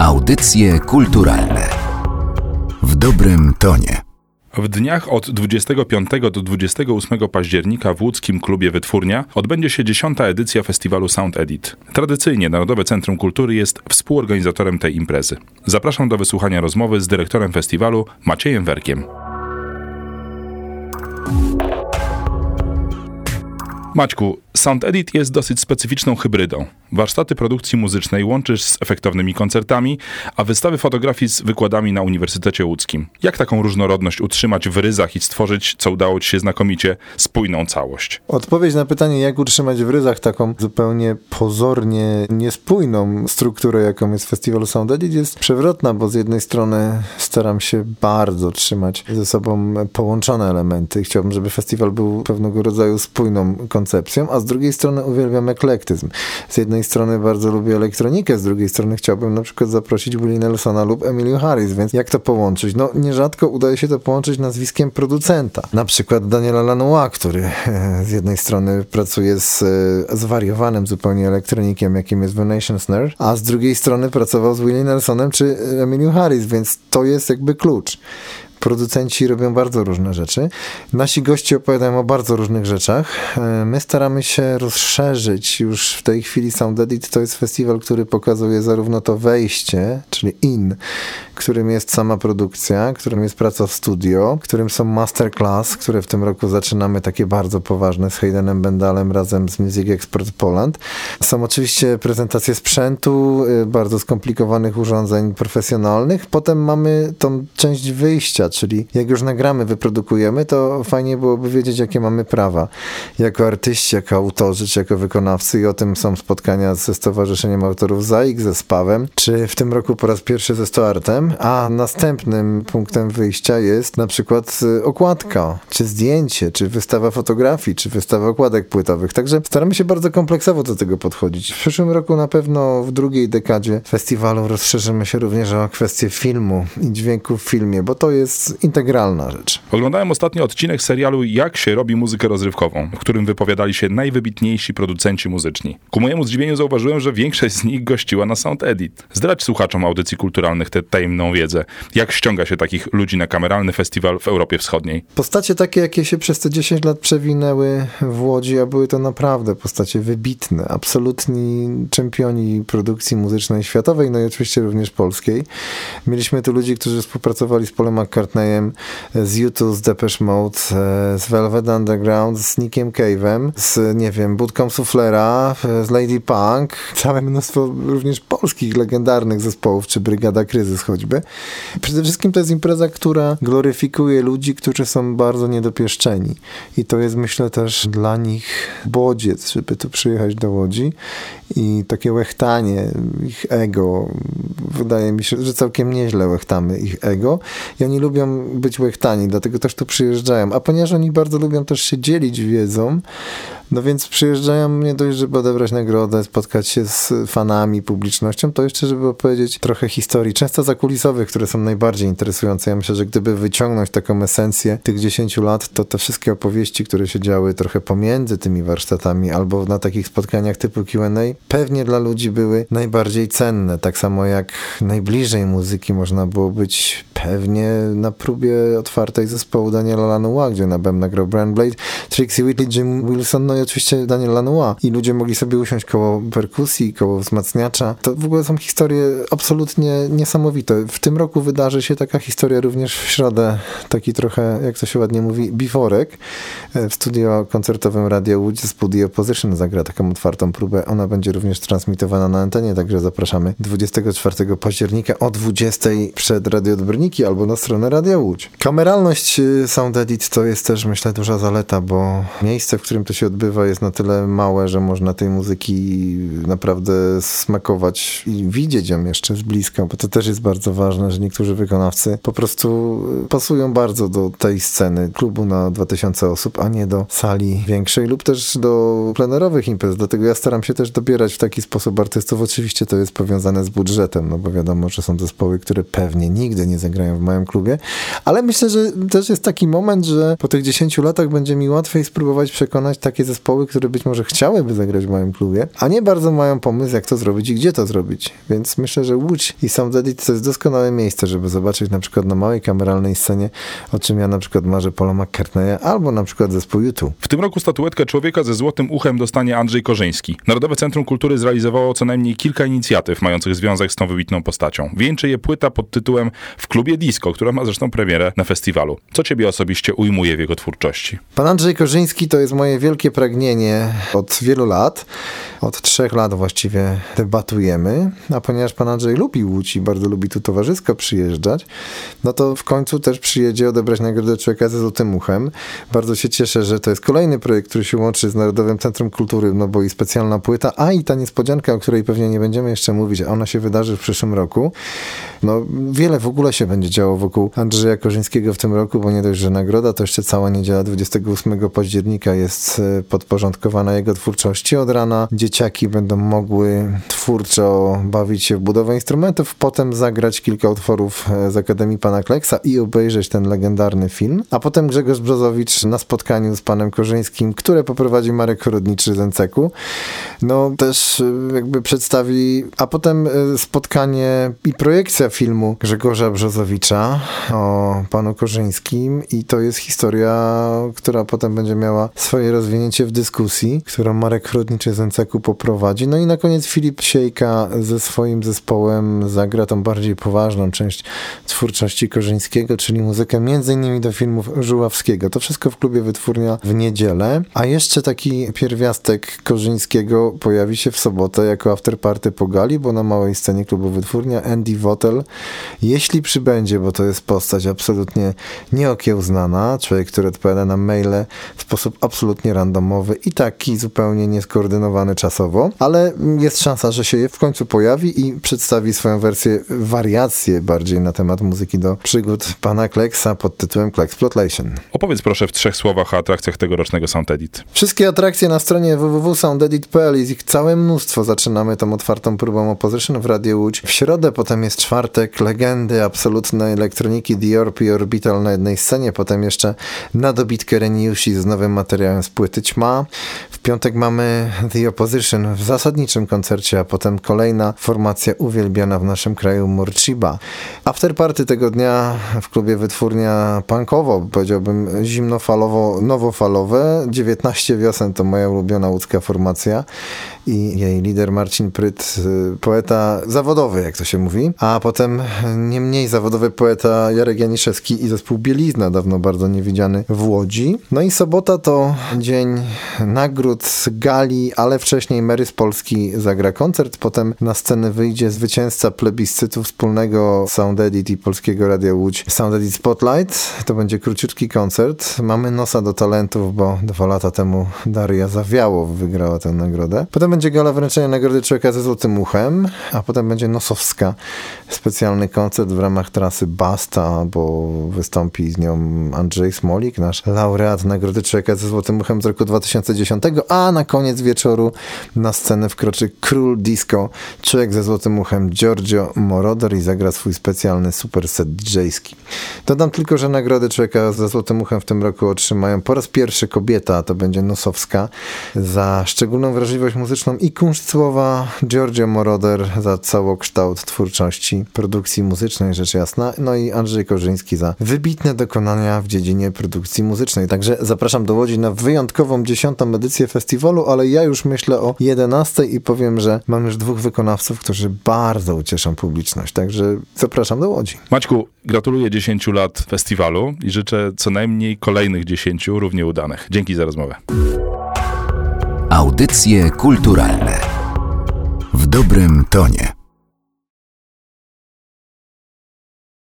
Audycje kulturalne w dobrym tonie. W dniach od 25 do 28 października w łódzkim klubie Wytwórnia odbędzie się 10. edycja festiwalu Sound Edit. Tradycyjnie Narodowe Centrum Kultury jest współorganizatorem tej imprezy. Zapraszam do wysłuchania rozmowy z dyrektorem festiwalu Maciejem Werkiem. Maćku, Sound Edit jest dosyć specyficzną hybrydą. Warsztaty produkcji muzycznej łączysz z efektownymi koncertami, a wystawy fotografii z wykładami na Uniwersytecie Łódzkim. Jak taką różnorodność utrzymać w ryzach i stworzyć, co udało ci się znakomicie, spójną całość? Odpowiedź na pytanie, jak utrzymać w ryzach taką zupełnie pozornie niespójną strukturę, jaką jest Festiwal Sound Edit, jest przewrotna, bo z jednej strony staram się bardzo trzymać ze sobą połączone elementy. Chciałbym, żeby festiwal był pewnego rodzaju spójną koncepcją, a z drugiej strony uwielbiam eklektyzm. Z jednej strony bardzo lubię elektronikę, z drugiej strony chciałbym na przykład zaprosić Willie Nelsona lub Emilię Harris, więc jak to połączyć? No nierzadko udaje się to połączyć nazwiskiem producenta. Na przykład Daniela Lanois, który z jednej strony pracuje z zwariowanym zupełnie elektronikiem, jakim jest Venation Snare, a z drugiej strony pracował z Willie Nelsonem czy Emilią Harris, więc to jest jakby klucz. Producenci robią bardzo różne rzeczy. Nasi goście opowiadają o bardzo różnych rzeczach. My staramy się rozszerzyć już w tej chwili Sound Edit. To jest festiwal, który pokazuje zarówno to wejście, czyli którym jest sama produkcja, którym jest praca w studio, którym są masterclass, które w tym roku zaczynamy takie bardzo poważne z Haydenem Bendalem razem z Music Expert Poland. Są oczywiście prezentacje sprzętu, bardzo skomplikowanych urządzeń profesjonalnych. Potem mamy tą część wyjścia, czyli jak już nagramy, wyprodukujemy, to fajnie byłoby wiedzieć, jakie mamy prawa. Jako artyści, jako autorzy, czy jako wykonawcy i o tym są spotkania ze Stowarzyszeniem Autorów ZAIK, ze SPAW-em, czy w tym roku po raz pierwszy ze StoArtem, a następnym punktem wyjścia jest na przykład okładka, czy zdjęcie, czy wystawa fotografii, czy wystawa okładek płytowych. Także staramy się bardzo kompleksowo do tego podchodzić. W przyszłym roku na pewno w drugiej dekadzie festiwalu rozszerzymy się również o kwestię filmu i dźwięku w filmie, bo to jest integralna rzecz. Oglądałem ostatnio odcinek serialu Jak się robi muzykę rozrywkową, w którym wypowiadali się najwybitniejsi producenci muzyczni. Ku mojemu zdziwieniu zauważyłem, że większość z nich gościła na Sound Edit. Zdradź słuchaczom audycji kulturalnych tę tajemną wiedzę. Jak ściąga się takich ludzi na kameralny festiwal w Europie Wschodniej? Postacie takie, jakie się przez te 10 lat przewinęły w Łodzi, a były to naprawdę postacie wybitne, absolutni czempioni produkcji muzycznej światowej, no i oczywiście również polskiej. Mieliśmy tu ludzi, którzy współpracowali z Paulem McCartneyem, z U2, z Depeche Mode, z Velvet Underground, z Nickiem Cave'em, z, nie wiem, Budką Suflera, z Lady Punk, całe mnóstwo również polskich legendarnych zespołów, czy Brygada Kryzys choćby. Przede wszystkim to jest impreza, która gloryfikuje ludzi, którzy są bardzo niedopieszczeni. I to jest, myślę, też dla nich bodziec, żeby tu przyjechać do Łodzi i takie łechtanie ich ego. Wydaje mi się, że całkiem nieźle łechtamy ich ego i oni lubią być łechtani, dlatego też tu przyjeżdżają. A ponieważ oni bardzo lubią też się dzielić wiedzą, no więc przyjeżdżają nie dość, żeby odebrać nagrodę, spotkać się z fanami, publicznością, to jeszcze, żeby opowiedzieć trochę historii, często zakulisowych, które są najbardziej interesujące. Ja myślę, że gdyby wyciągnąć taką esencję tych 10 lat, to te wszystkie opowieści, które się działy trochę pomiędzy tymi warsztatami albo na takich spotkaniach typu Q&A, pewnie dla ludzi były najbardziej cenne. Tak samo jak najbliżej muzyki można było być pewnie na próbie otwartej zespołu Daniela Lanois, gdzie na bębnach grał Brian Blade, Trixie Whitley, Jim Wilson, no i oczywiście Daniel Lanois. I ludzie mogli sobie usiąść koło perkusji, koło wzmacniacza. To w ogóle są historie absolutnie niesamowite. W tym roku wydarzy się taka historia również w środę, taki trochę, jak to się ładnie mówi, biforek. W studio koncertowym Radia Łódź zespół The Opposition zagra taką otwartą próbę. Ona będzie również transmitowana na antenie, także zapraszamy 24 października o 20 przed Radio Odbiorniki albo na stronę Radia Łódź. Kameralność Sound Edit to jest też, myślę, duża zaleta, bo miejsce, w którym to się odbywa, jest na tyle małe, że można tej muzyki naprawdę smakować i widzieć ją jeszcze z bliska, bo to też jest bardzo ważne, że niektórzy wykonawcy po prostu pasują bardzo do tej sceny klubu na 2000 osób, a nie do sali większej lub też do plenerowych imprez. Dlatego ja staram się też dobierać w taki sposób artystów. Oczywiście to jest powiązane z budżetem, no bo wiadomo, że są zespoły, które pewnie nigdy nie zagrają grają w moim klubie, ale myślę, że też jest taki moment, że po tych 10 latach będzie mi łatwiej spróbować przekonać takie zespoły, które być może chciałyby zagrać w moim klubie, a nie bardzo mają pomysł, jak to zrobić i gdzie to zrobić. Więc myślę, że Łódź i Sound Edit to jest doskonałe miejsce, żeby zobaczyć na przykład na małej kameralnej scenie, o czym ja na przykład marzę, Paula McCartneya, albo na przykład zespół U2. W tym roku statuetkę Człowieka ze złotym uchem dostanie Andrzej Korzyński. Narodowe Centrum Kultury zrealizowało co najmniej kilka inicjatyw mających związek z tą wybitną postacią. Wieńczy je płyta pod tytułem W klubie disco, która ma zresztą premierę na festiwalu. Co ciebie osobiście ujmuje w jego twórczości? Pan Andrzej Korzyński to jest moje wielkie pragnienie od wielu lat. Od 3 lat właściwie debatujemy, a ponieważ pan Andrzej lubi Łódź i bardzo lubi tu towarzysko przyjeżdżać, no to w końcu też przyjedzie odebrać Nagrodę Człowieka ze złotym uchem. Bardzo się cieszę, że to jest kolejny projekt, który się łączy z Narodowym Centrum Kultury, no bo i specjalna płyta, a i ta niespodzianka, o której pewnie nie będziemy jeszcze mówić, a ona się wydarzy w przyszłym roku. No wiele w ogóle się będzie działo wokół Andrzeja Korzyńskiego w tym roku, bo nie dość, że nagroda, to jeszcze cała niedziela 28 października jest podporządkowana jego twórczości. Od rana dzieciaki będą mogły twórczo bawić się w budowę instrumentów, potem zagrać kilka utworów z Akademii Pana Kleksa i obejrzeć ten legendarny film. A potem Grzegorz Brzozowicz na spotkaniu z panem Korzyńskim, które poprowadzi Marek Chorodniczy z NCK-u, no też jakby przedstawi, a potem spotkanie i projekcja filmu Grzegorza Brzozowicza o panu Korzyńskim i to jest historia, która potem będzie miała swoje rozwinięcie w dyskusji, którą Marek Chorodniczy z NCK-u poprowadzi. No i na koniec Filip Siejka ze swoim zespołem zagra tą bardziej poważną część twórczości Korzyńskiego, czyli muzykę m.in. do filmów Żuławskiego. To wszystko w klubie Wytwórnia w niedzielę. A jeszcze taki pierwiastek Korzyńskiego pojawi się w sobotę jako afterparty po gali, bo na małej scenie klubu Wytwórnia Andy Wotel, jeśli przybędzie, bo to jest postać absolutnie nieokiełznana, człowiek, który odpowiada na maile w sposób absolutnie randomowy i taki zupełnie nieskoordynowany czasowo, ale jest szansa, że się w końcu pojawi i przedstawi swoją wersję, wariację bardziej na temat muzyki do przygód pana Kleksa pod tytułem Kleksploitation. Opowiedz proszę w 3 słowach o atrakcjach tegorocznego Sound Edit. Wszystkie atrakcje na stronie www.soundedit.pl, jest ich całe mnóstwo. Zaczynamy tą otwartą próbą Opposition w Radiu Łódź. W środę, potem jest czwartek, legendy absolutnej elektroniki The Orpi Orbital na jednej scenie, potem jeszcze na dobitkę Reniusi z nowym materiałem z płyty Ćma. W piątek mamy The Opposition w zasadniczym koncercie, a potem kolejna formacja uwielbiona w naszym kraju Morchiba. Afterparty tego dnia w klubie Wytwórnia punkowo, powiedziałbym zimnofalowo, nowofalowe. 19 wiosen to moja ulubiona łódzka formacja i jej lider Marcin Pryt, poeta zawodowy, jak to się mówi, a potem nie mniej zawodowy poeta Jarek Janiszewski i zespół Bielizna, dawno bardzo niewidziany w Łodzi. No i sobota to dzień nagród, gali, ale wcześniej Mary z Polski zagra koncert, potem na scenę wyjdzie zwycięzca plebiscytu wspólnego Sound Edit i Polskiego Radia Łódź, Sound Edit Spotlight. To będzie króciutki koncert. Mamy nosa do talentów, bo 2 lata temu Daria Zawiałow wygrała tę nagrodę. Potem będzie gala wręczenia Nagrody Człowieka ze złotym uchem, a potem będzie Nosowska, specjalny koncert w ramach trasy Basta, bo wystąpi z nią Andrzej Smolik, nasz laureat Nagrody Człowieka ze złotym uchem z roku 2010, a na koniec wieczoru na scenę wkroczy król disco, człowiek ze złotym uchem Giorgio Moroder i zagra swój specjalny superset DJ-ski. Dodam tylko, że Nagrody Człowieka ze złotym uchem w tym roku otrzymają po raz pierwszy kobieta, a to będzie Nosowska, za szczególną wrażliwość muzyczną i kunszt słowa, Giorgio Moroder za całokształt twórczości, produkcji muzycznej, rzecz jasna, no i Andrzej Korzyński za wybitne dokonania w dziedzinie produkcji muzycznej. Także zapraszam do Łodzi na wyjątkową 10. edycję festiwalu, ale ja już myślę o 11 i powiem, że mam już 2 wykonawców, którzy bardzo ucieszą publiczność, także zapraszam do Łodzi. Maćku, gratuluję 10 lat festiwalu i życzę co najmniej kolejnych 10 równie udanych. Dzięki za rozmowę. Audycje kulturalne w dobrym tonie.